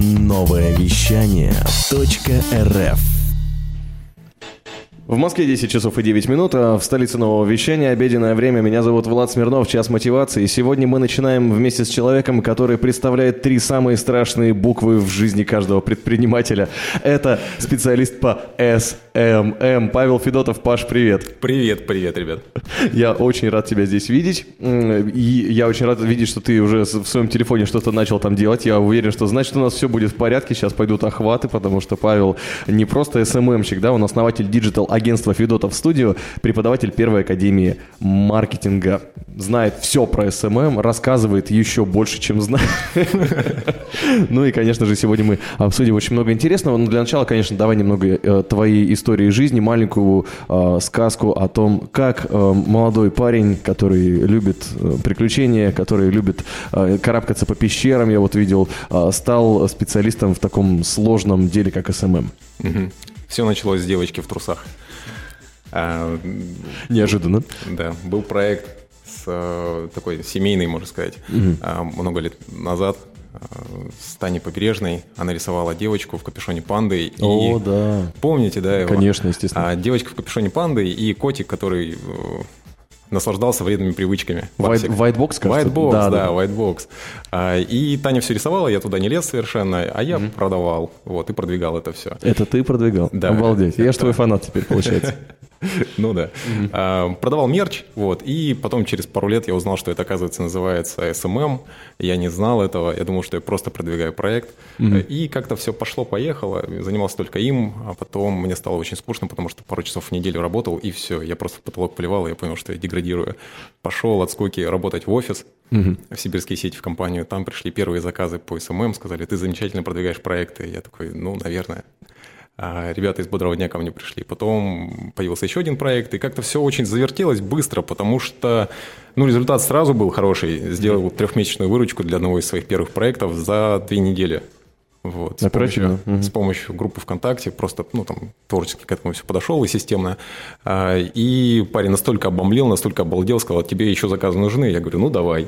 Новое вещание .рф. В Москве 10 часов и 9 минут, а в столице нового вещания обеденное время. Меня зовут Влад Смирнов, час мотивации. Сегодня мы начинаем вместе с человеком, который представляет 3 самые страшные буквы в жизни каждого предпринимателя. Это специалист по SMM. Павел Федотов. Паш, привет. Привет, ребят. Я очень рад тебя здесь видеть. И я очень рад видеть, что ты уже в своем телефоне что-то начал там делать. Я уверен, что значит у нас все будет в порядке. Сейчас пойдут охваты, потому что Павел не просто SMM-щик, да, он основатель диджитал-агентства Федотов Студио, преподаватель Первой академии маркетинга. Знает все про SMM, рассказывает еще больше, чем знает. Ну и, конечно же, сегодня мы обсудим очень много интересного. Но для начала, конечно, давай немного твоей истории жизни, маленькую сказку о том, как молодой парень, который любит приключения, который любит карабкаться по пещерам, я вот видел, стал специалистом в таком сложном деле, как SMM. Все началось с девочки в трусах. Неожиданно. Да, был проект такой семейный, можно сказать, много лет назад. С Таней Побережной. Она рисовала девочку в капюшоне панды. О, да. Помните, да, его? Конечно, естественно. Девочка в капюшоне панды и котик, который наслаждался вредными привычками. White Box, кажется? White Box, да, White Box. И Таня все рисовала, я туда не лез совершенно, а я продавал, вот, и продвигал это все. Это ты продвигал? Да. Обалдеть. Я же твой фанат теперь, получается. Ну да. Продавал мерч, вот, и потом через пару лет я узнал, что это, оказывается, называется SMM. Я не знал этого, я думал, что я просто продвигаю проект. И как-то все пошло-поехало, занимался только им, а потом мне стало очень скучно, потому что пару часов в неделю работал, и все, я просто в потолок поливал, и я понял, что я деградирую. Пошел от скуки работать в офис, в сибирские сети, в компанию. Там пришли первые заказы по SMM, сказали, ты замечательно продвигаешь проекты. Я такой, ну, наверное. Ребята из «Бодрого дня» ко мне пришли. Потом появился еще один проект, и как-то все очень завертелось быстро, потому что результат сразу был хороший. Сделал 3-месячную выручку для одного из своих первых проектов за 2 недели. Вот, с помощью группы ВКонтакте, просто творчески к этому все подошел и системно. И парень настолько обомлел, настолько обалдел, сказал, тебе еще заказы нужны? Я говорю, ну давай.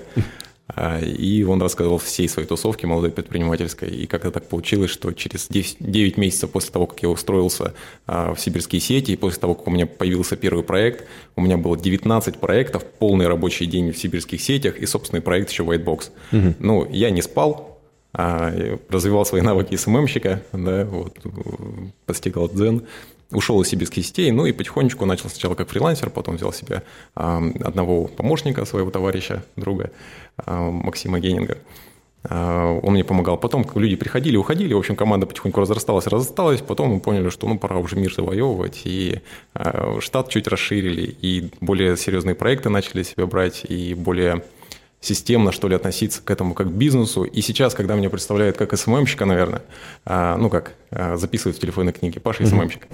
И он рассказывал всей своей тусовке молодой предпринимательской. И как-то так получилось, что через 9 месяцев после того, как я устроился в сибирские сети, и после того, как у меня появился первый проект, у меня было 19 проектов, полный рабочий день в сибирских сетях и собственный проект еще White Box. Я не спал, развивал свои навыки СММщика, да, вот, постигал дзен. Ушел из сибирских сетей, и потихонечку начал сначала как фрилансер, потом взял себе одного помощника, своего товарища, друга, Максима Генинга. Он мне помогал. Потом люди приходили, уходили, в общем, команда потихоньку разрасталась. Потом мы поняли, что пора уже мир завоевывать, и штат чуть расширили, и более серьезные проекты начали себе брать, и более системно, что ли, относиться к этому как к бизнесу. И сейчас, когда меня представляют как СММщика, наверное, записывают в телефонной книге Паша СММщик.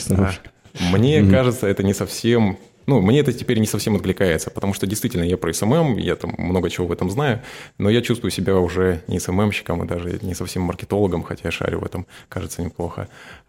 Мне кажется, это не совсем... мне это теперь не совсем откликается, потому что действительно я про СММ, я там много чего в этом знаю, но я чувствую себя уже не СММщиком и даже не совсем маркетологом, хотя я шарю в этом, кажется, неплохо.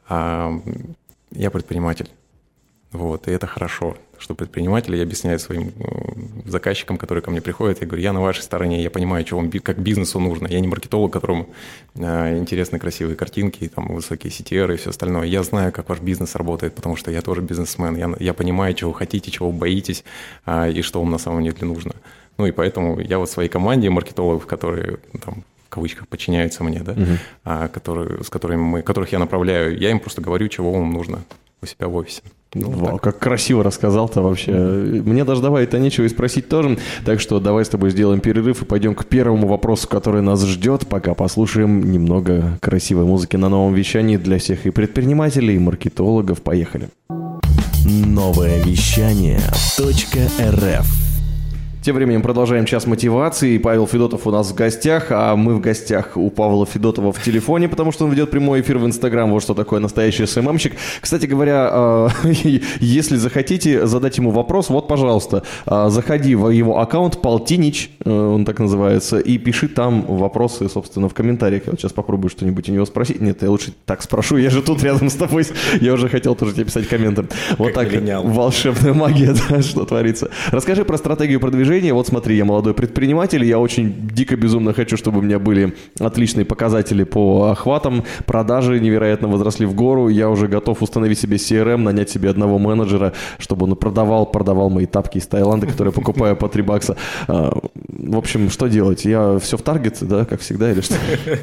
Я предприниматель. Вот, и это хорошо, что предприниматели, я объясняю своим заказчикам, которые ко мне приходят, я говорю, я на вашей стороне, я понимаю, что вам как бизнесу нужно. Я не маркетолог, которому интересны красивые картинки, там, высокие CTR и все остальное. Я знаю, как ваш бизнес работает, потому что я тоже бизнесмен. Я понимаю, чего вы хотите, чего вы боитесь и что вам на самом деле нужно. И поэтому я вот в своей команде маркетологов, которые там, в кавычках подчиняются мне, да, которых я направляю, я им просто говорю, чего вам нужно у себя в офисе. Вау, как красиво рассказал-то вообще. Мне даже добавить-то нечего и спросить тоже. Так что давай с тобой сделаем перерыв и пойдем к первому вопросу, который нас ждет, пока послушаем немного красивой музыки на новом вещании для всех и предпринимателей, и маркетологов. Поехали. Новое вещание .рф. Тем временем продолжаем час мотивации. Павел Федотов у нас в гостях, а мы в гостях у Павла Федотова в телефоне, потому что он ведет прямой эфир в Инстаграм. Вот что такое настоящий СММщик. Кстати говоря, если захотите задать ему вопрос, вот, пожалуйста, заходи в его аккаунт Полтинич, он так называется, и пиши там вопросы, собственно, в комментариях. Я вот сейчас попробую что-нибудь у него спросить. Нет, я лучше так спрошу, я же тут рядом с тобой. Я уже хотел тоже тебе писать комменты. Вот так, волшебная магия, да, что творится. Расскажи про стратегию продвижения продвижения. Вот смотри, я молодой предприниматель, я очень дико безумно хочу, чтобы у меня были отличные показатели по охватам, продажи невероятно возросли в гору, я уже готов установить себе CRM, нанять себе одного менеджера, чтобы он продавал мои тапки из Таиланда, которые я покупаю по $3. В общем, что делать? Я все в таргет, да, как всегда, или что?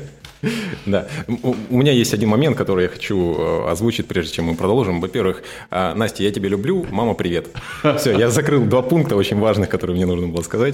Да. У меня есть один момент, который я хочу озвучить, прежде чем мы продолжим. Во-первых, Настя, я тебя люблю, мама, привет. Все, я закрыл 2 пункта очень важных, которые мне нужно было сказать.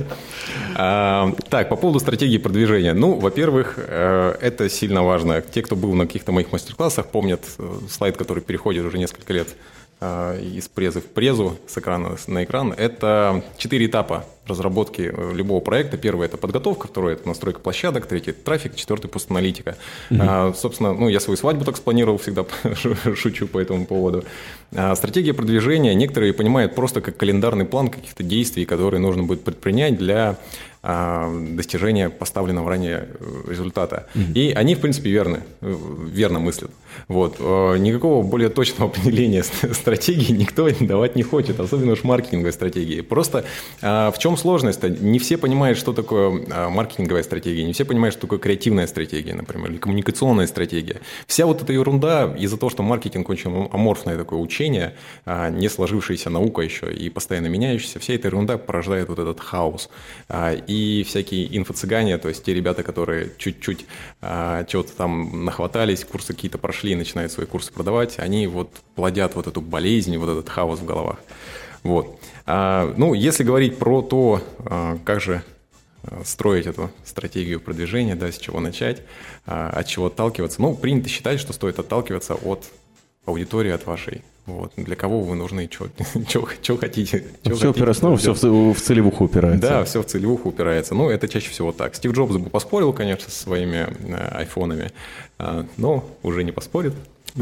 Так, по поводу стратегии продвижения. Ну, во-первых, это сильно важно. Те, кто был на каких-то моих мастер-классах, помнят слайд, который переходит уже несколько лет из презы в презу, с экрана на экран. Это 4 этапа разработки любого проекта. Первый – это подготовка, второй – это настройка площадок, третий – это трафик, четвертый – постаналитика. Собственно, я свою свадьбу так спланировал, всегда шучу по этому поводу. Стратегия продвижения некоторые понимают просто как календарный план каких-то действий, которые нужно будет предпринять для достижения поставленного ранее результата. И они, в принципе, верно мыслят. Вот. Никакого более точного определения стратегии никто давать не хочет, особенно уж маркетинговой стратегии. Просто в чем сложность-то? Не все понимают, что такое маркетинговая стратегия, не все понимают, что такое креативная стратегия, например, или коммуникационная стратегия. Вся вот эта ерунда из-за того, что маркетинг очень аморфное такое учение, не сложившаяся наука еще и постоянно меняющаяся, вся эта ерунда порождает вот этот хаос. И всякие инфо-цыгане, то есть те ребята, которые чуть-чуть чего-то там нахватались, курсы какие-то прошли и начинают свои курсы продавать, они вот плодят вот эту болезнь, вот этот хаос в головах. Вот. Если говорить про то, как же строить эту стратегию продвижения, да, с чего начать, от чего отталкиваться, принято считать, что стоит отталкиваться от аудитории, от вашей. Вот. Для кого вы нужны, что хотите. Все упирается, все в целевуху упирается. Да, все в целевуху упирается. Это чаще всего так. Стив Джобс бы поспорил, конечно, со своими айфонами, но уже не поспорит.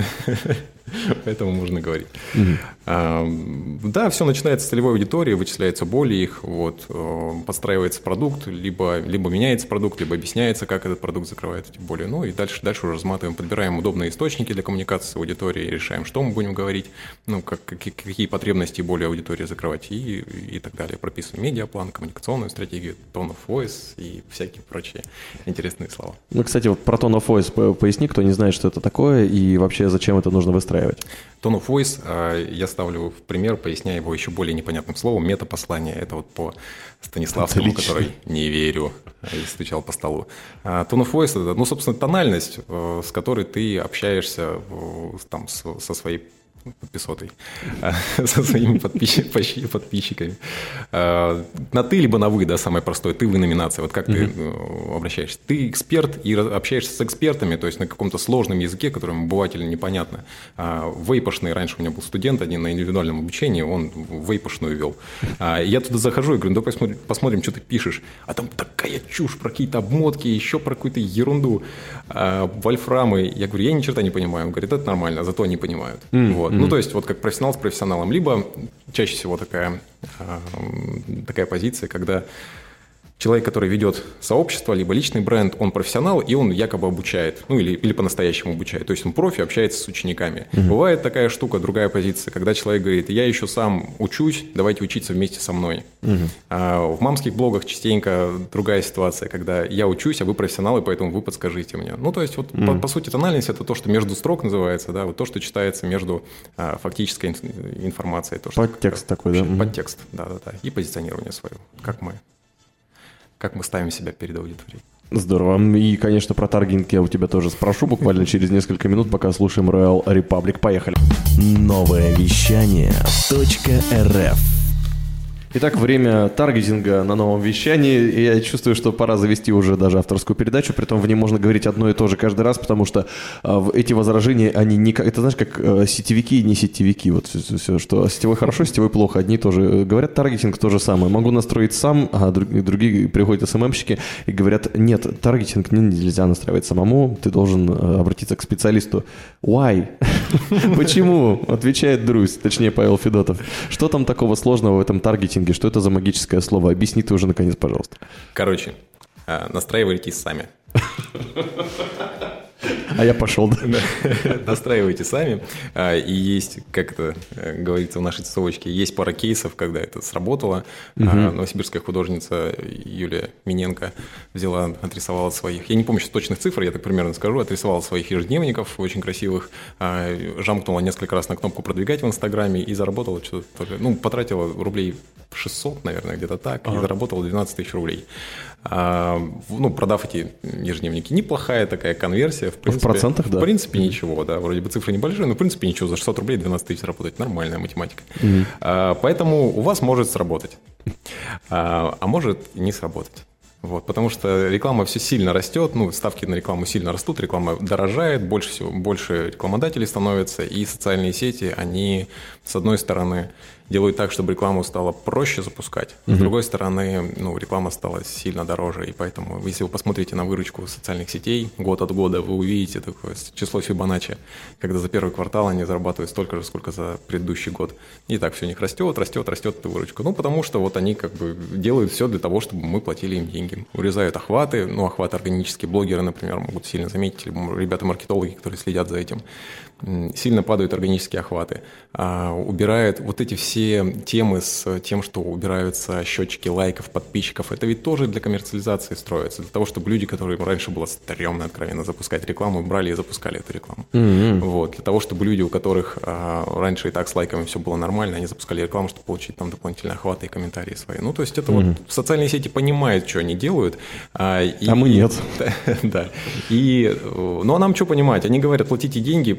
Поэтому можно говорить. Да, все начинается с целевой аудитории, вычисляются боли их, подстраивается продукт, либо меняется продукт, либо объясняется, как этот продукт закрывает эти боли. И дальше уже разматываем, подбираем удобные источники для коммуникации с аудиторией, решаем, что мы будем говорить, какие потребности и боли аудитории закрывать и так далее. Прописываем медиаплан, коммуникационную стратегию, tone of voice и всякие прочие интересные слова. Кстати, про tone of voice поясни, кто не знает, что это такое и вообще зачем это нужно выстраивать. Tone of voice я ставлю в пример, поясняя его еще более непонятным словом, метапослание. Это по Станиславскому, который не верю, и стучал по столу. Tone of voice – это, собственно, тональность, с которой ты общаешься со своей подписотой, со своими подписчиками. На ты, либо на вы, да, самое простое. Ты, вы номинация. Вот как ты обращаешься? Ты эксперт и общаешься с экспертами, то есть на каком-то сложном языке, которому обывателю непонятно. Вейпошный, раньше у меня был студент один на индивидуальном обучении, он вейпошную вел. Я туда захожу и говорю, давай посмотрим, что ты пишешь. А там такая чушь про какие-то обмотки, еще про какую-то ерунду, вольфрамы. Я говорю, я ни черта не понимаю. Он говорит, это нормально, зато они понимают. Вот. То есть, как профессионал с профессионалом. Либо чаще всего такая позиция, когда человек, который ведет сообщество, либо личный бренд, он профессионал, и он якобы обучает, или по-настоящему обучает. То есть он профи, общается с учениками. Бывает такая штука, другая позиция, когда человек говорит, я еще сам учусь, давайте учиться вместе со мной. В мамских блогах частенько другая ситуация, когда я учусь, а вы профессионалы, поэтому вы подскажите мне. То есть, по сути, тональность – это то, что между строк называется, да, то, что читается между фактической информацией. Подтекст такой, да? Подтекст, да. И позиционирование свое, как мы ставим себя перед аудиторией. Здорово. И, конечно, про таргетинг я у тебя тоже спрошу буквально через несколько минут, пока слушаем Royal Republic. Поехали. Новое вещание .рф. Итак, время таргетинга на новом вещании. И я чувствую, что пора завести уже даже авторскую передачу. Притом в ней можно говорить одно и то же каждый раз, потому что эти возражения, они не как... Это знаешь, как сетевики и не сетевики. Вот все, что сетевой хорошо, сетевой плохо. Одни тоже говорят, таргетинг то же самое. Могу настроить сам, а другие приходят СММщики и говорят, нет, таргетинг нельзя настраивать самому. Ты должен обратиться к специалисту. Why? Почему? Отвечает Друзь, точнее Павел Федотов. Что там такого сложного в этом таргетинге? Что это за магическое слово? Объясни ты уже наконец, пожалуйста. Короче, настраивайтесь сами. А я пошел, да? Настраивайте сами. И есть, как это говорится в нашей тусовочке, есть пара кейсов, когда это сработало. Новосибирская художница Юлия Миненко взяла, отрисовала своих, я не помню сейчас точных цифр, я так примерно скажу, отрисовала своих ежедневников очень красивых, жамкнула несколько раз на кнопку «Продвигать» в Инстаграме и заработала что-то тоже, потратила рублей 600, наверное, где-то так, и заработала 12 тысяч рублей. Продав эти ежедневники, неплохая такая конверсия. В процентах, да? В принципе, ничего, да. Вроде бы цифры небольшие, но в принципе ничего. За 600 рублей 12 тысяч работать. Нормальная математика. Поэтому у вас может сработать. А может не сработать. Вот, потому что реклама все сильно растет, ставки на рекламу сильно растут, реклама дорожает, больше рекламодателей становится, и социальные сети, они, с одной стороны, делают так, чтобы рекламу стало проще запускать, с другой стороны, реклама стала сильно дороже, и поэтому, если вы посмотрите на выручку социальных сетей год от года, вы увидите такое число Фибоначчи, когда за первый квартал они зарабатывают столько же, сколько за предыдущий год. И так все у них растет эта выручка. Потому что вот они как бы делают все для того, чтобы мы платили им деньги. Урезают охваты, охваты органические, блогеры, например, могут сильно заметить, либо ребята-маркетологи, которые следят за этим. Сильно падают органические охваты. Убирают вот эти все темы с тем, что убираются счетчики лайков, подписчиков. Это ведь тоже для коммерциализации строится. Для того, чтобы люди, которые раньше было стрёмно откровенно запускать рекламу, брали и запускали эту рекламу. Вот. Для того, чтобы люди, у которых раньше и так с лайками все было нормально, они запускали рекламу, чтобы получить там дополнительные охваты и комментарии свои. То есть это вот социальные сети понимают, что они делают. А мы нет. Да. А нам что понимать? Они говорят, платите деньги,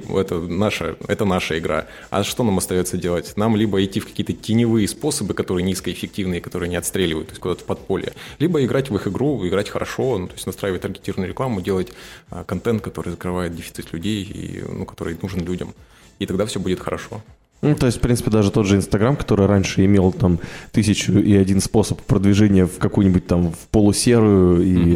это наша игра. А что нам остается делать? Нам либо идти в какие-то теневые способы, которые низкоэффективные, которые не отстреливают, то есть куда-то в подполье, либо играть в их игру, играть хорошо, то есть настраивать таргетированную рекламу, делать контент, который закрывает дефицит людей, и, который нужен людям. И тогда все будет хорошо. То есть, в принципе, даже тот же Инстаграм, который раньше имел там 1001 способ продвижения в какую-нибудь там в полусерую и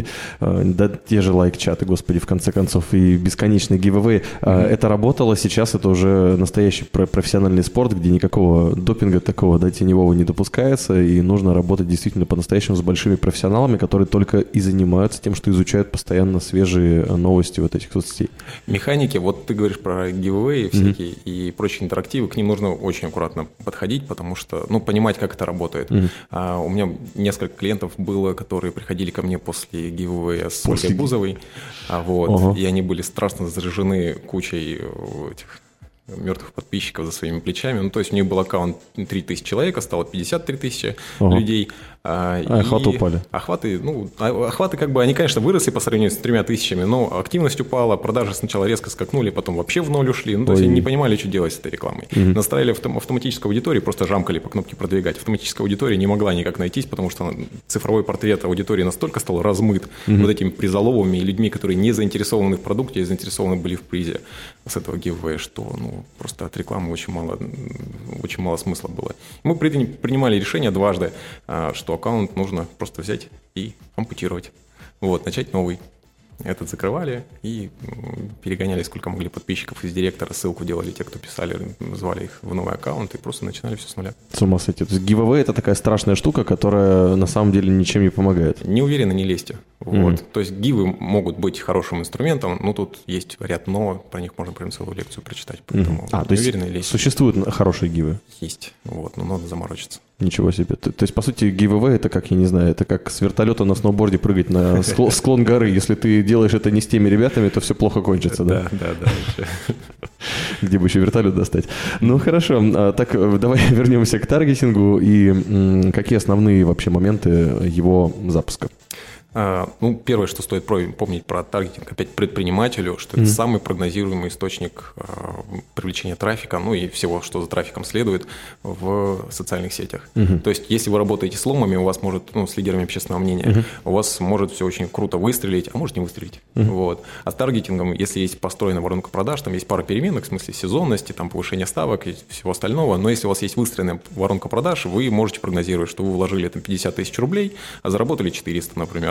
те же лайк-чаты, господи, в конце концов, и бесконечные гивэвэи, это работало, сейчас это уже настоящий профессиональный спорт, где никакого допинга такого, теневого не допускается, и нужно работать действительно по-настоящему с большими профессионалами, которые только и занимаются тем, что изучают постоянно свежие новости вот этих соцсетей. Механики, вот ты говоришь про гивэвэи всякие и прочие интерактивы, к ним нужно очень аккуратно подходить, потому что, понимать, как это работает. У меня несколько клиентов было, которые приходили ко мне после гивэвэя с Ольгой Бузовой, и они были страшно заражены кучей этих мертвых подписчиков за своими плечами. То есть у них был аккаунт 3000 человек, стало 53 тысячи людей. Охваты упали. Охваты как бы, они, конечно, выросли по сравнению с 3000, но активность упала, продажи сначала резко скакнули, потом вообще в ноль ушли. То есть они не понимали, что делать с этой рекламой. Настраивали автоматическую аудиторию, просто жамкали по кнопке «Продвигать». Автоматическая аудитория не могла никак найтись, потому что цифровой портрет аудитории настолько стал размыт вот этими призоловыми и людьми, которые не заинтересованы в продукте, а заинтересованы были в призе с этого гивэя, что просто от рекламы очень мало смысла было. Мы принимали решение дважды, что аккаунт нужно просто взять и ампутировать. Начать новый. Этот закрывали и перегоняли сколько могли подписчиков из директора, ссылку делали те, кто писали, звали их в новый аккаунт и просто начинали все с нуля. С ума сойти. То есть giveaway — это такая страшная штука, которая на самом деле ничем не помогает. Не уверенно, не лезьте. То есть гивы могут быть хорошим инструментом, но тут есть ряд «но», про них можно прям целую лекцию прочитать. Поэтому то есть существуют хорошие гивы? Есть, но надо заморочиться. Ничего себе. То есть, по сути, giveaway — это как, я не знаю, это как с вертолета на сноуборде прыгать на склон горы. Если ты делаешь это не с теми ребятами, то все плохо кончится, да? Да. Где бы еще вертолет достать. Хорошо. Так, давай вернемся к таргетингу и какие основные вообще моменты его запуска? Первое, что стоит помнить про таргетинг, опять предпринимателю, что это самый прогнозируемый источник привлечения трафика, и всего, что за трафиком следует в социальных сетях. То есть, если вы работаете с ломами, у вас может, с лидерами общественного мнения, у вас может все очень круто выстрелить, а может не выстрелить. А с таргетингом, если есть построена воронка продаж, там есть пара переменных, в смысле сезонности, там повышение ставок и всего остального, но если у вас есть выстроенная воронка продаж, вы можете прогнозировать, что вы вложили там 50 тысяч рублей, а заработали 400, например.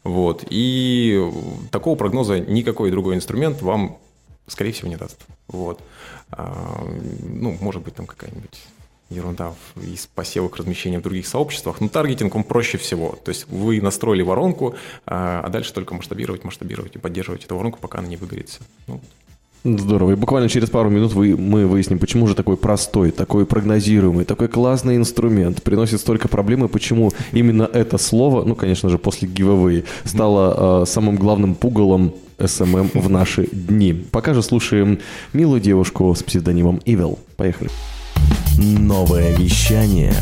И такого прогноза никакой другой инструмент вам, скорее всего, не даст. Может быть, там какая-нибудь ерунда из посевок размещения в других сообществах. Но таргетинг, он проще всего. То есть вы настроили воронку, а дальше только масштабировать и поддерживать эту воронку, пока она не выгорит все. Здорово. И буквально через пару минут мы выясним, почему же такой простой, такой прогнозируемый, такой классный инструмент приносит столько проблем, и почему именно это слово, ну, конечно же, после giveaway, стало самым главным пугалом SMM в наши дни. Пока же слушаем милую девушку с псевдонимом Evil. Поехали. Новое вещание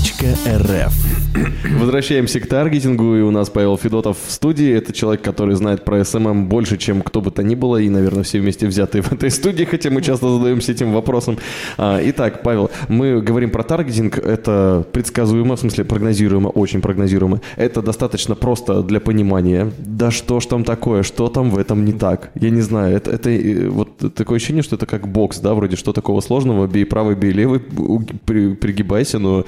.рф. Возвращаемся к таргетингу, и у нас Павел Федотов в студии. Это человек, который знает про SMM больше, чем кто бы то ни было, и, наверное, все вместе взятые в этой студии, хотя мы часто задаемся этим вопросом. Итак, Павел, мы говорим про таргетинг. Это предсказуемо, в смысле прогнозируемо, очень прогнозируемо. Это достаточно просто для понимания. Да что ж там такое, что там в этом не так? Я не знаю, это вот такое ощущение, что это как бокс, да, вроде что такого сложного, бей правый, бей левый, пригибайся, но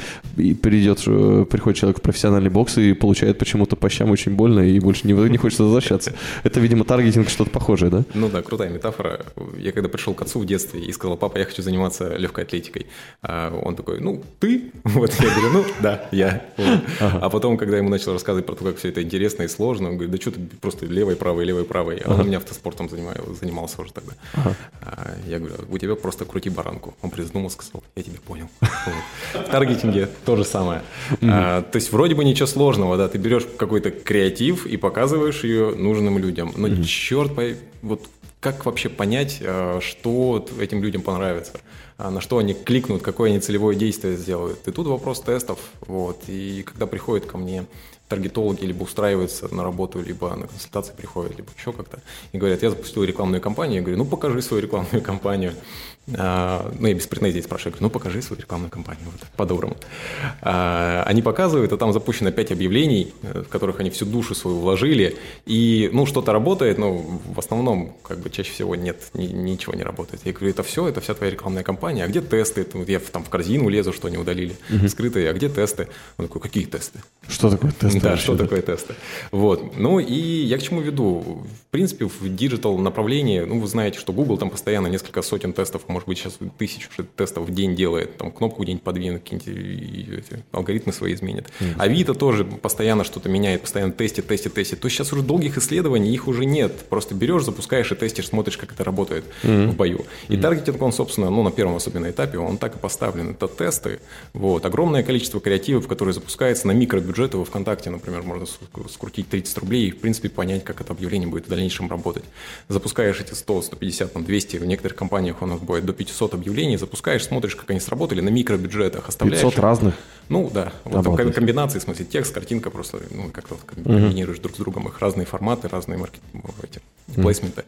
приходит человек в профессиональный бокс и получает почему-то по щам очень больно и больше не хочется возвращаться. Это, видимо, таргетинг что-то похожее, да? Ну да, крутая метафора. Я когда пришел к отцу в детстве и сказал: папа, я хочу заниматься легкой атлетикой. Он такой: ну, ты? Вот я говорю: ну, да, я. Вот. А потом, когда ему начал рассказывать про то, как все это интересно и сложно, он говорит: да что ты просто левой, правой. А он у меня автоспортом занимался уже тогда. Я говорю: у тебя просто крути баранку. Он придумал, сказал: я тебя понял. В таргетинге то же самое. То есть вроде бы ничего сложного, да, ты берешь какой-то креатив и показываешь ее нужным людям. Но черт, вот как вообще понять, что этим людям понравится, на что они кликнут, какое они целевое действие сделают. И тут вопрос тестов. Вот. И когда приходят ко мне таргетологи, либо устраиваются на работу, либо на консультации приходят, либо еще как-то, и говорят: я запустил рекламную кампанию. Я говорю: ну, покажи свою рекламную кампанию. Я без претензий спрашиваю: ну, покажи свою рекламную кампанию, вот, по-доброму. Они показывают, а там запущено 5 объявлений, в которых они всю душу свою вложили, и, ну, что-то работает, но в основном, как бы, чаще всего ничего не работает. Я говорю: это вся твоя рекламная кампания, а где тесты? Я там в корзину лезу, что они удалили, скрытые, а где тесты? Он такой: какие тесты? Что такое тесты? Да, что такое тесты? Вот. Ну и я к чему веду? В принципе, в диджитал направлении, ну, вы знаете, что Google там постоянно несколько сотен тестов, может быть, сейчас 1000 тестов в день делает, там кнопку где-нибудь подвинет, какие-нибудь алгоритмы свои изменит. Авито тоже постоянно что-то меняет, постоянно тестит. То есть сейчас уже долгих исследований, их уже нет. Просто берешь, запускаешь и тестишь, смотришь, как это работает в бою. И таргетинг, он, собственно, ну, на первом особенно этапе, он так и поставлен. Это тесты. Вот. Огромное количество креативов, которые запускаются на микробюджеты во ВКонтакте, например, можно скрутить 30 рублей и, в принципе, понять, как это объявление будет в дальнейшем работать. Запускаешь эти 100, 150, 200, в некоторых компаниях у нас будет до 500 объявлений, запускаешь, смотришь, как они сработали на микробюджетах, оставляешь. 500 разных? Ну, да. Вот там комбинации, в смысле, текст, картинка, просто, ну, как-то комбинируешь друг с другом их разные форматы, разные плейсменты.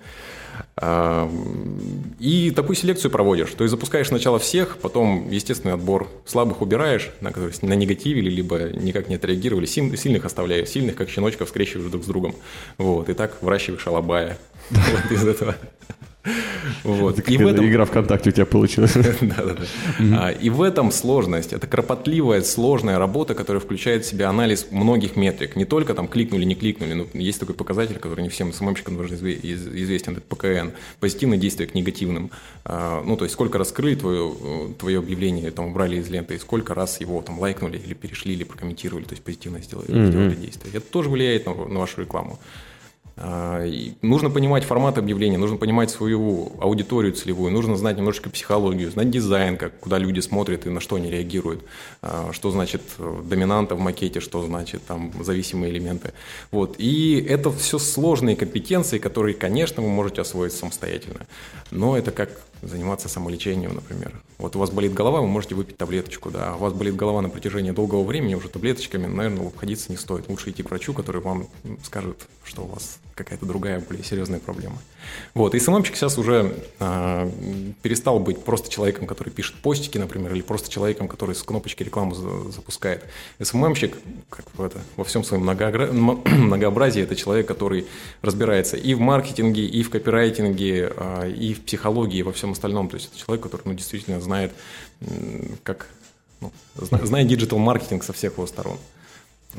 И такую селекцию проводишь. То есть запускаешь сначала всех, потом естественный отбор слабых убираешь, на которых на негативили, либо никак не отреагировали, сильных оставляешь, сильных, как щеночков, скрещиваешь друг с другом. Вот. И так выращиваешь алабая. Вот из этого. Вот. И в этом... Игра ВКонтакте у тебя получилась. Да. И в этом сложность. Это кропотливая, сложная работа, которая включает в себя анализ многих метрик. Не только там кликнули, не кликнули. Но есть такой показатель, который не всем СММщикам должен известен. Это ПКН. Позитивное действие к негативным. Ну, то есть сколько раскрыли твое объявление, там убрали из ленты, и сколько раз его там лайкнули или перешли, или прокомментировали, то есть позитивно сделали действие. Это тоже влияет на вашу рекламу. И нужно понимать формат объявления, нужно понимать свою аудиторию целевую, нужно знать немножечко психологию, знать дизайн, куда люди смотрят и на что они реагируют, что значит доминанта в макете, что значит там зависимые элементы. Вот. И это все сложные компетенции, которые, конечно, вы можете освоить самостоятельно, но это как заниматься самолечением, например. Вот у вас болит голова, вы можете выпить таблеточку, да, у вас болит голова на протяжении долгого времени, уже таблеточками, наверное, обходиться не стоит. Лучше идти к врачу, который вам скажет, что у вас какая-то другая, более серьезная проблема. Вот, и СММщик сейчас уже перестал быть просто человеком, который пишет постики, например, или просто человеком, который с кнопочки рекламу запускает. СММщик, как во всем своем многообразии, это человек, который разбирается и в маркетинге, и в копирайтинге, и в психологии, и во всем остальном. То есть это человек, который действительно знает, знает диджитал-маркетинг со всех его сторон. Вот.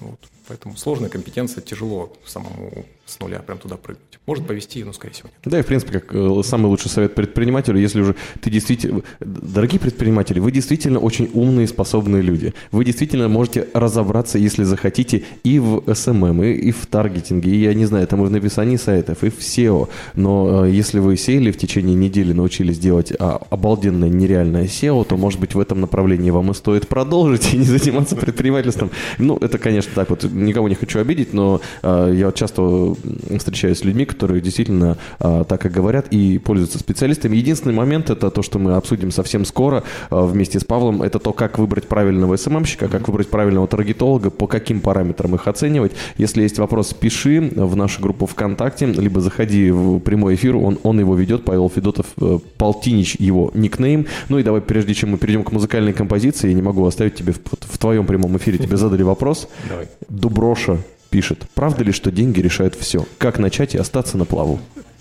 Поэтому сложная компетенция, тяжело самому с нуля прям туда прыгнуть. Может повезти, но, скорее всего, нет. Да, и, в принципе, как самый лучший совет предпринимателю, если уже ты действительно... Дорогие предприниматели, вы действительно очень умные, способные люди. Вы действительно можете разобраться, если захотите, и в SMM, и в таргетинге, и, я не знаю, там и в написании сайтов, и в SEO. Но если вы сеяли в течение недели, научились делать обалденное, нереальное SEO, то, может быть, в этом направлении вам и стоит продолжить и не заниматься предпринимательством. Ну, это, конечно, так вот, никого не хочу обидеть, но я часто встречаюсь с людьми, которые действительно так и говорят и пользуются специалистами. Единственный момент, это то, что мы обсудим совсем скоро вместе с Павлом, это то, как выбрать правильного СММщика, как выбрать правильного таргетолога, по каким параметрам их оценивать. Если есть вопрос, пиши в нашу группу ВКонтакте, либо заходи в прямой эфир, он его ведет, Павел Федотов, Полтинич его никнейм. Ну и давай, прежде чем мы перейдем к музыкальной композиции, я не могу оставить тебе в твоем прямом эфире, тебе задали вопрос. Давай. Дуброша пишет: правда ли, что деньги решают все? Как начать и остаться на плаву?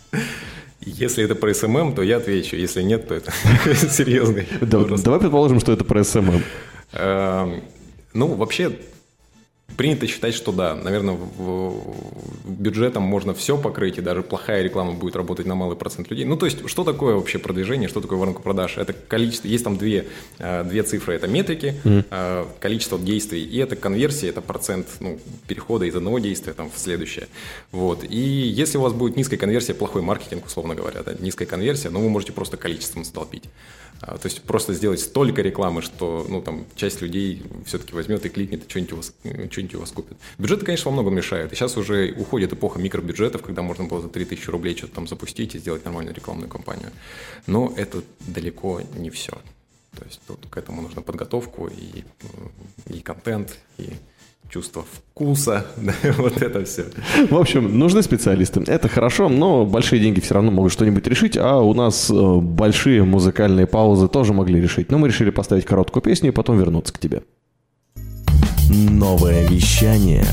Если это про СММ, то я отвечу. Если нет, то это серьезный вопрос. Давай предположим, что это про СММ. Ну, вообще, принято считать, что да, наверное, бюджетом можно все покрыть, и даже плохая реклама будет работать на малый процент людей. Ну, то есть, что такое вообще продвижение, что такое воронка продаж? Это количество, есть там две цифры, это метрики, количество действий, и это конверсия, это процент перехода из одного действия там, в следующее. Вот. И если у вас будет низкая конверсия, плохой маркетинг, условно говоря, да, низкая конверсия, вы можете просто количеством столбить. То есть просто сделать столько рекламы, что часть людей все-таки возьмет и кликнет, и что-нибудь у вас купит. Бюджеты, конечно, во многом мешают. И сейчас уже уходит эпоха микробюджетов, когда можно было за 3000 рублей что-то там запустить и сделать нормальную рекламную кампанию. Но это далеко не все. То есть тут к этому нужна подготовку и контент, и чувство вкуса, да, вот это все. В общем, нужны специалисты. Это хорошо, но большие деньги все равно могут что-нибудь решить, а у нас большие музыкальные паузы тоже могли решить. Но мы решили поставить короткую песню и потом вернуться к тебе. Новое вещание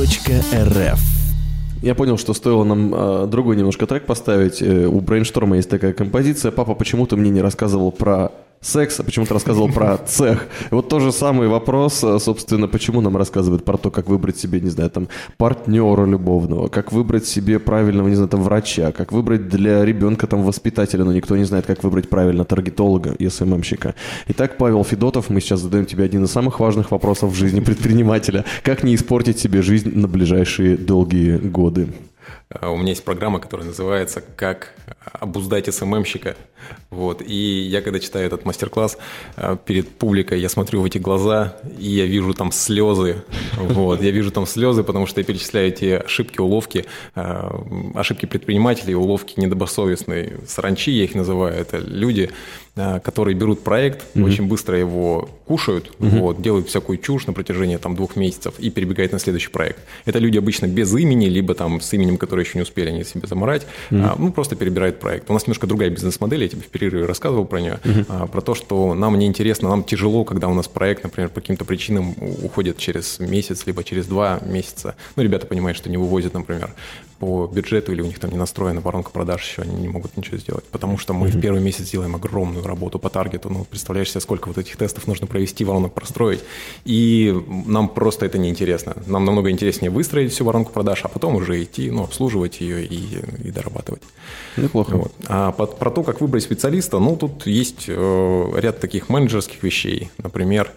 .рф. Я понял, что стоило нам другой немножко трек поставить. У Брейншторма есть такая композиция. Папа, почему ты мне не рассказывал про секс, а почему-то рассказывал про цех. И вот тот же самый вопрос, собственно, почему нам рассказывают про то, как выбрать себе, не знаю, там, партнера любовного, как выбрать себе правильного, не знаю, там, врача, как выбрать для ребенка, там, воспитателя, но никто не знает, как выбрать правильно таргетолога и СММщика. Итак, Павел Федотов, мы сейчас задаем тебе один из самых важных вопросов в жизни предпринимателя. Как не испортить себе жизнь на ближайшие долгие годы? У меня есть программа, которая называется «Как обуздать СММщика». Вот. И я, когда читаю этот мастер-класс перед публикой, я смотрю в эти глаза, и я вижу там слезы. Вот. Я вижу там слезы, потому что я перечисляю эти ошибки, уловки, ошибки предпринимателей, уловки недобросовестной саранчи, я их называю. Это люди, которые берут проект, очень быстро его кушают, вот, делают всякую чушь на протяжении 2 месяцев и перебегают на следующий проект. Это люди обычно без имени, либо там с именем, которое еще не успели они себе заморать, просто перебирают проект. У нас немножко другая бизнес-модель, я тебе в перерыве рассказывал про нее, про то, что нам неинтересно, нам тяжело, когда у нас проект, например, по каким-то причинам уходит через месяц, либо через 2 месяца. Ребята понимают, что не вывозят, например, по бюджету, или у них там не настроена воронка продаж еще, они не могут ничего сделать. Потому что мы в первый месяц делаем огромную работу по таргету. Представляешь себе, сколько вот этих тестов нужно провести, воронок простроить. И нам просто это неинтересно. Нам намного интереснее выстроить всю воронку продаж, а потом уже идти, обслуживать ее и дорабатывать. Неплохо. Вот. А про то, как выбрать специалиста, тут есть ряд таких менеджерских вещей. Например,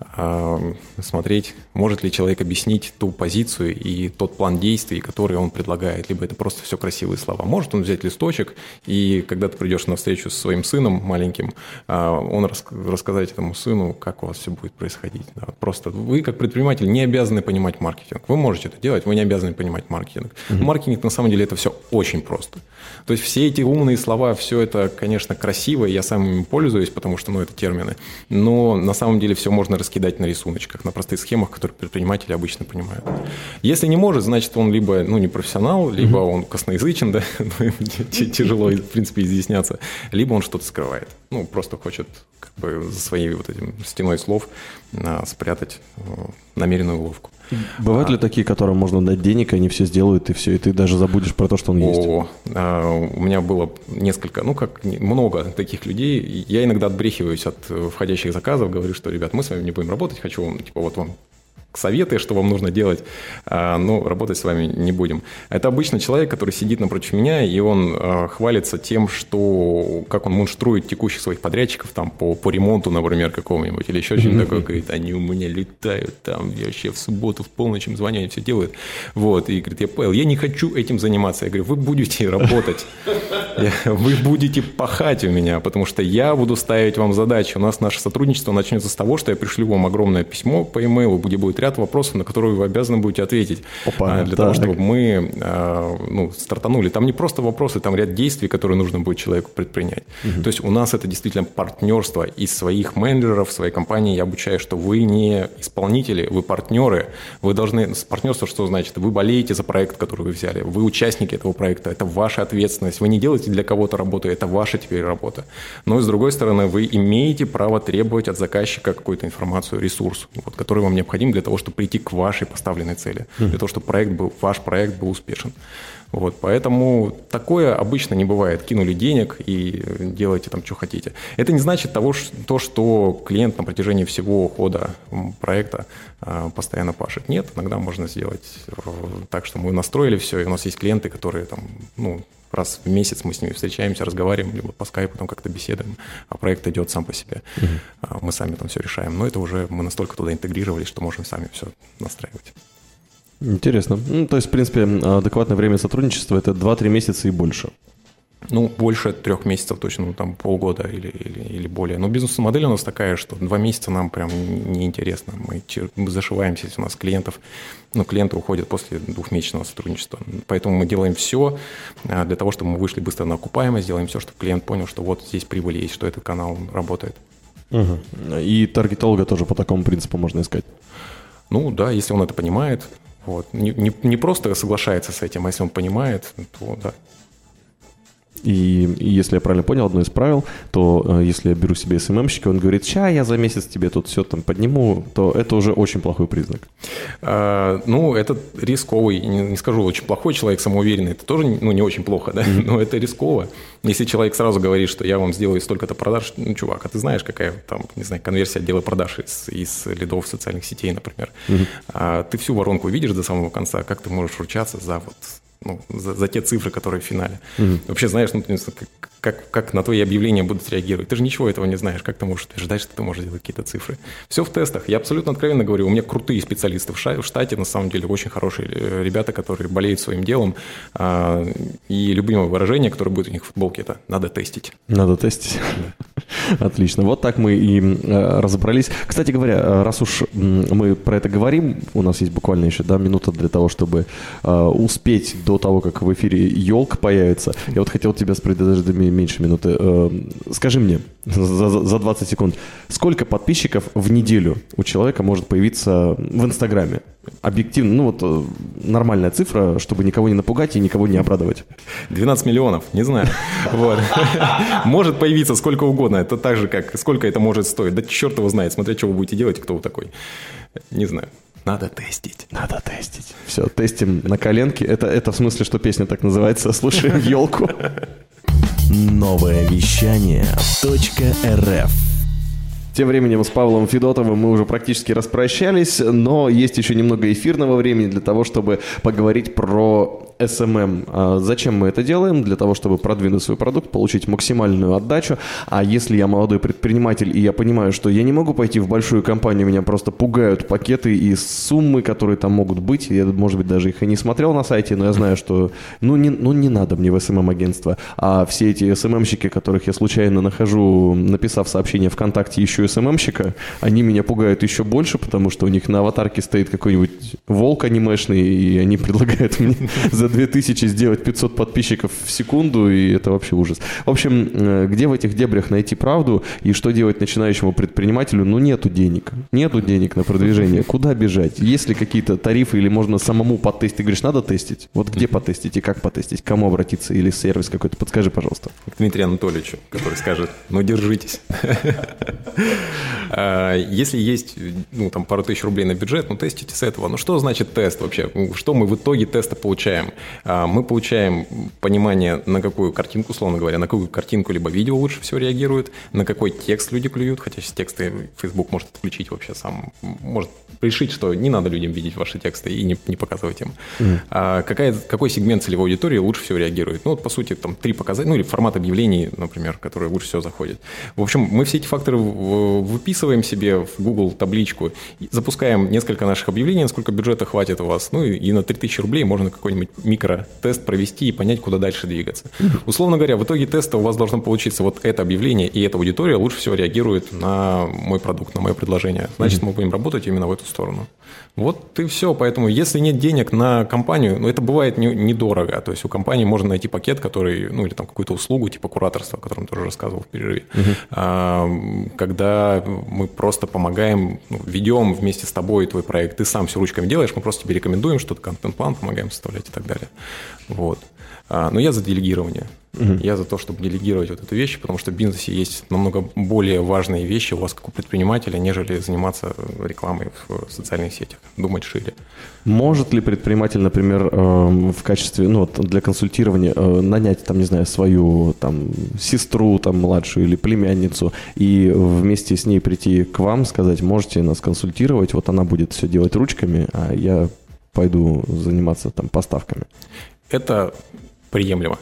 смотреть, может ли человек объяснить ту позицию и тот план действий, который он предлагает, либо это просто все красивые слова. Может он взять листочек, и когда ты придешь на встречу со своим сыном маленьким, он рассказать этому сыну, как у вас все будет происходить. Да. Просто вы, как предприниматель, не обязаны понимать маркетинг. Вы можете это делать, вы не обязаны понимать маркетинг. Маркетинг, на самом деле, это все очень просто. То есть все эти умные слова, все это, конечно, красиво, и я сам ими пользуюсь, потому что, это термины, но на самом деле все можно раскидать на рисуночках, на простых схемах, которые предприниматели обычно понимают. Если не может, значит, он либо не профессионал, либо он косноязычен, да, тяжело, в принципе, изъясняться, либо он что-то скрывает. Просто хочет за своей вот этим стеной слов спрятать намеренную уловку. Бывают ли такие, которым можно дать денег, и они все сделают, и все, и ты даже забудешь про то, что он есть? У меня было несколько, много таких людей. Я иногда отбрехиваюсь от входящих заказов, говорю, что, ребят, мы с вами не будем работать, хочу вам, вот вам советы, что вам нужно делать, но работать с вами не будем. Это обычно человек, который сидит напротив меня, и он хвалится тем, что как он мунштрует текущих своих подрядчиков там, по ремонту, например, какого-нибудь, или еще что-нибудь такое, говорит, они у меня летают там, вообще в субботу, в полночь им звоню, они все делают. Вот, и говорит, Павел, я не хочу этим заниматься. Я говорю, вы будете работать, вы будете пахать у меня, потому что я буду ставить вам задачи. У нас наше сотрудничество начнется с того, что я пришлю вам огромное письмо по e-mail, где будет ряд вопросов, на которые вы обязаны будете ответить. Для того, чтобы мы стартанули. Там не просто вопросы, там ряд действий, которые нужно будет человеку предпринять. То есть у нас это действительно партнерство из своих менеджеров, своей компании. Я обучаю, что вы не исполнители, вы партнеры. Вы должны... Партнерство что значит? Вы болеете за проект, который вы взяли. Вы участники этого проекта. Это ваша ответственность. Вы не делаете для кого-то работу, это ваша теперь работа. Но и с другой стороны, вы имеете право требовать от заказчика какую-то информацию, ресурс, который вам необходим для того, чтобы прийти к вашей поставленной цели, для того, чтобы ваш проект был успешен. Поэтому такое обычно не бывает. Кинули денег и делайте там, что хотите. Это не значит что клиент на протяжении всего хода проекта постоянно пашет. Нет, иногда можно сделать так, что мы настроили все, и у нас есть клиенты, которые там, раз в месяц мы с ними встречаемся, разговариваем, либо по скайпу там как-то беседуем, а проект идет сам по себе. Мы сами там все решаем. Но это уже мы настолько туда интегрировались, что можем сами все настраивать. Интересно. То есть, в принципе, адекватное время сотрудничества – это 2-3 месяца и больше. Больше 3 месяцев точно, там полгода или более. Но бизнес-модель у нас такая, что 2 месяца нам прям неинтересно. Мы зашиваемся, если у нас клиенты уходят после 2-месячного сотрудничества. Поэтому мы делаем все для того, чтобы мы вышли быстро на окупаемость, делаем все, чтобы клиент понял, что вот здесь прибыль есть, что этот канал работает. И таргетолога тоже по такому принципу можно искать? Да, если он это понимает. Не просто соглашается с этим, а если он понимает, то да. И если я правильно понял, одно из правил, то если я беру себе СММщика, он говорит, я за месяц тебе тут все там подниму, то это уже очень плохой признак. Это рисковый, не скажу, очень плохой человек, самоуверенный, это тоже не очень плохо, да? Но это рисково. Если человек сразу говорит, что я вам сделаю столько-то продаж, чувак, а ты знаешь, какая там, не знаю, конверсия отдела продаж из лидов социальных сетей, например. Ты всю воронку видишь до самого конца, как ты можешь ручаться за те цифры, которые в финале. Вообще знаешь, как на твои объявления будут реагировать. Ты же ничего этого не знаешь. Как ты можешь утверждать, что ты можешь делать какие-то цифры? Все в тестах. Я абсолютно откровенно говорю, у меня крутые специалисты в штате, на самом деле, очень хорошие ребята, которые болеют своим делом. И любимое выражение, которое будет у них в футболке, это «надо тестить». Надо тестить. Отлично. Вот так мы и разобрались. Кстати говоря, раз уж мы про это говорим, у нас есть буквально еще минута для того, чтобы успеть до того, как в эфире елка появится. Я хотел тебя спросить, даже меньше минуты. Скажи мне за 20 секунд, сколько подписчиков в неделю у человека может появиться в Инстаграме? Объективно, нормальная цифра, чтобы никого не напугать и никого не обрадовать. 12 миллионов, не знаю. Может появиться сколько угодно. Это так же, как сколько это может стоить. Да черт его знает, смотря, что вы будете делать, кто вы такой. Не знаю. Надо тестить. Все, тестим на коленке. Это в смысле, что песня так называется «Слушаем елку». Новое вещание .рф. Тем временем с Павлом Федотовым мы уже практически распрощались, но есть еще немного эфирного времени для того, чтобы поговорить про SMM. Зачем мы это делаем? Для того, чтобы продвинуть свой продукт, получить максимальную отдачу. А если я молодой предприниматель, и я понимаю, что я не могу пойти в большую компанию, меня просто пугают пакеты и суммы, которые там могут быть. Я, может быть, даже их и не смотрел на сайте, но я знаю, что не надо мне в SMM-агентство. А все эти SMM-щики, которых я случайно нахожу, написав сообщение ВКонтакте, ищу SMM-щика, они меня пугают еще больше, потому что у них на аватарке стоит какой-нибудь волк анимешный, и они предлагают мне за 2000 сделать 500 подписчиков в секунду, и это вообще ужас. В общем, где в этих дебрях найти правду, и что делать начинающему предпринимателю? Нету денег. Нету денег на продвижение. Куда бежать? Есть ли какие-то тарифы, или можно самому потестить? Ты говоришь, надо тестить? Где потестить и как потестить? К кому обратиться? Или сервис какой-то? Подскажи, пожалуйста. К Дмитрию Анатольевичу, который скажет, держитесь. Если есть там, пару тысяч рублей на бюджет, тестите с этого. Что значит тест вообще? Что мы в итоге теста получаем? Мы получаем понимание, на какую картинку, условно говоря, на какую картинку либо видео лучше всего реагирует, на какой текст люди клюют, хотя сейчас тексты Facebook может отключить вообще сам, может решить, что не надо людям видеть ваши тексты и не показывать им. Какой сегмент целевой аудитории лучше всего реагирует? По сути, там 3 показателя, или формат объявлений, например, которые лучше всего заходят. В общем, мы все эти факторы выписываем себе в Google табличку, запускаем несколько наших объявлений, насколько бюджета хватит у вас, и на 3000 рублей можно какой-нибудь микротест провести и понять, куда дальше двигаться. Условно говоря, в итоге теста у вас должно получиться вот это объявление, и эта аудитория лучше всего реагирует на мой продукт, на мое предложение. Значит, мы будем работать именно в эту сторону. Вот и все. Поэтому, если нет денег на компанию, это бывает недорого. То есть у компании можно найти пакет, который, или там какую-то услугу типа кураторства, о котором тоже рассказывал в перерыве, когда мы просто помогаем, ведем вместе с тобой твой проект, ты сам все ручками делаешь, мы просто тебе рекомендуем что-то, контент-план помогаем составлять и так далее. Вот. Но я за делегирование. Я за то, чтобы делегировать вот эту вещь, потому что в бизнесе есть намного более важные вещи у вас, как у предпринимателя, нежели заниматься рекламой в социальных сетях, думать шире. Может ли предприниматель, например, в качестве, для консультирования нанять, там, не знаю, свою там сестру, там, младшую или племянницу и вместе с ней прийти к вам, сказать, можете нас консультировать, вот она будет все делать ручками, а я пойду заниматься там поставками? Это приемлемо.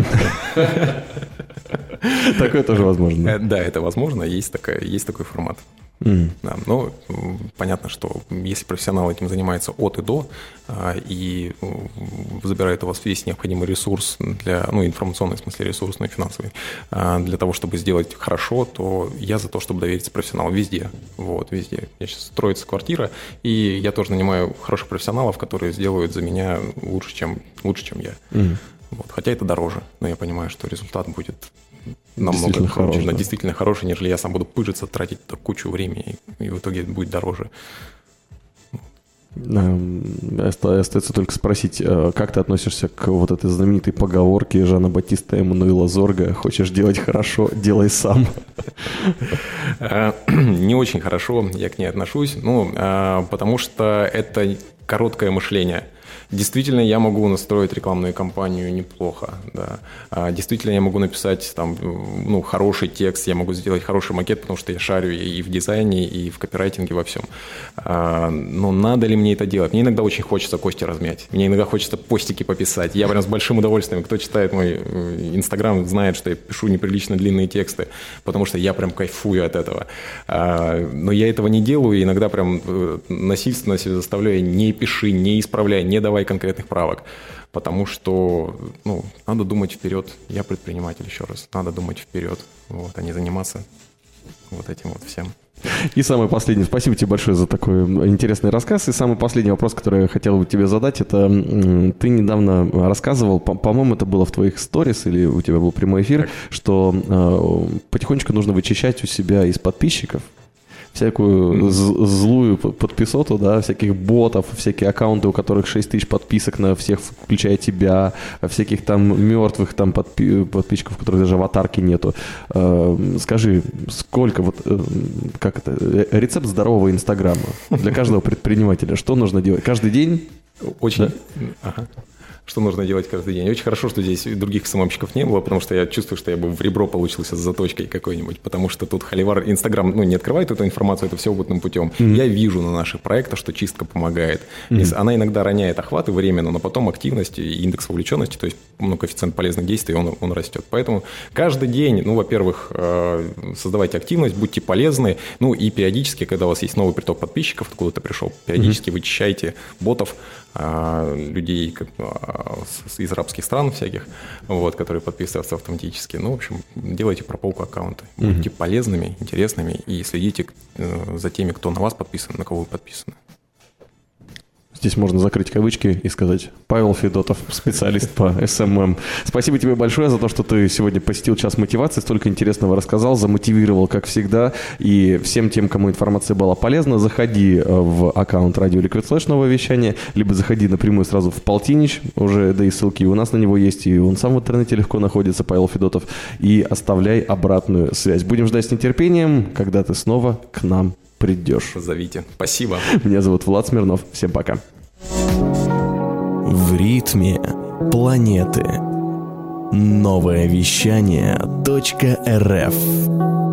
Такое тоже возможно. Да, это возможно, есть такой формат. Да, но понятно, что если профессионал этим занимается от и до и забирает у вас весь необходимый ресурс для, информационный, в смысле ресурс, но и финансовый, для того, чтобы сделать хорошо, то я за то, чтобы довериться профессионалу везде. Везде. Я сейчас строится квартира, и я тоже нанимаю хороших профессионалов, которые сделают за меня лучше, чем я. Хотя это дороже, но я понимаю, что результат будет намного круче, действительно хороший, нежели я сам буду пыжиться, тратить кучу времени, и в итоге будет дороже. Остается только спросить, как ты относишься к вот этой знаменитой поговорке Жана Батиста Эммануила Зорга: «Хочешь делать хорошо, делай сам». Не очень хорошо я к ней отношусь, потому что это короткое мышление. Действительно, я могу настроить рекламную кампанию неплохо, да. Действительно, я могу написать там, хороший текст, я могу сделать хороший макет, потому что я шарю и в дизайне, и в копирайтинге, во всем. Но надо ли мне это делать? Мне иногда очень хочется кости размять, мне иногда хочется постики пописать. Я прям с большим удовольствием, кто читает мой Инстаграм, знает, что я пишу неприлично длинные тексты, потому что я прям кайфую от этого. Но я этого не делаю, и иногда прям насильственно себя заставляю: не пиши, не исправляй, не давай конкретных правок, потому что надо думать вперед. Я предприниматель, еще раз. Надо думать вперед, а не заниматься этим всем. И самый последний. Спасибо тебе большое за такой интересный рассказ. И самый последний вопрос, который я хотел бы тебе задать, это ты недавно рассказывал, по-моему, это было в твоих сторис или у тебя был прямой эфир, что потихонечку нужно вычищать у себя из подписчиков всякую злую подписоту, да, всяких ботов, всякие аккаунты, у которых 6 тысяч подписок на всех, включая тебя, всяких там мертвых там подписчиков, у которых даже аватарки нету. Скажи, сколько, как это, рецепт здорового Инстаграма для каждого предпринимателя, что нужно делать? Каждый день? Очень. Да? Ага. Что нужно делать каждый день. Очень хорошо, что здесь других СММщиков не было, потому что я чувствую, что я бы в ребро получился с заточкой какой-нибудь, потому что тут холивар, Инстаграм, не открывает эту информацию, это все опытным путем. Я вижу на наших проектах, что чистка помогает. Она иногда роняет охваты временно, но потом активность и индекс вовлеченности, то есть коэффициент полезных действий, он растет. Поэтому каждый день, во-первых, создавайте активность, будьте полезны, и периодически, когда у вас есть новый приток подписчиков, откуда-то пришел, периодически вычищайте ботов, людей из арабских стран всяких, которые подписываются автоматически. В общем, делайте прополку аккаунта. Будьте полезными, интересными и следите за теми, кто на вас подписан, на кого вы подписаны. Здесь можно закрыть кавычки и сказать: Павел Федотов, специалист по SMM. Спасибо тебе большое за то, что ты сегодня посетил час мотивации, столько интересного рассказал, замотивировал, как всегда. И всем тем, кому информация была полезна, заходи в аккаунт Radio Liquid Flash новое вещание, либо заходи напрямую сразу в Полтинич, уже, да и ссылки у нас на него есть, и он сам в интернете легко находится, Павел Федотов, и оставляй обратную связь. Будем ждать с нетерпением, когда ты снова к нам придешь. Зовите. Спасибо. Меня зовут Влад Смирнов. Всем пока. В ритме планеты. Новое вещание .рф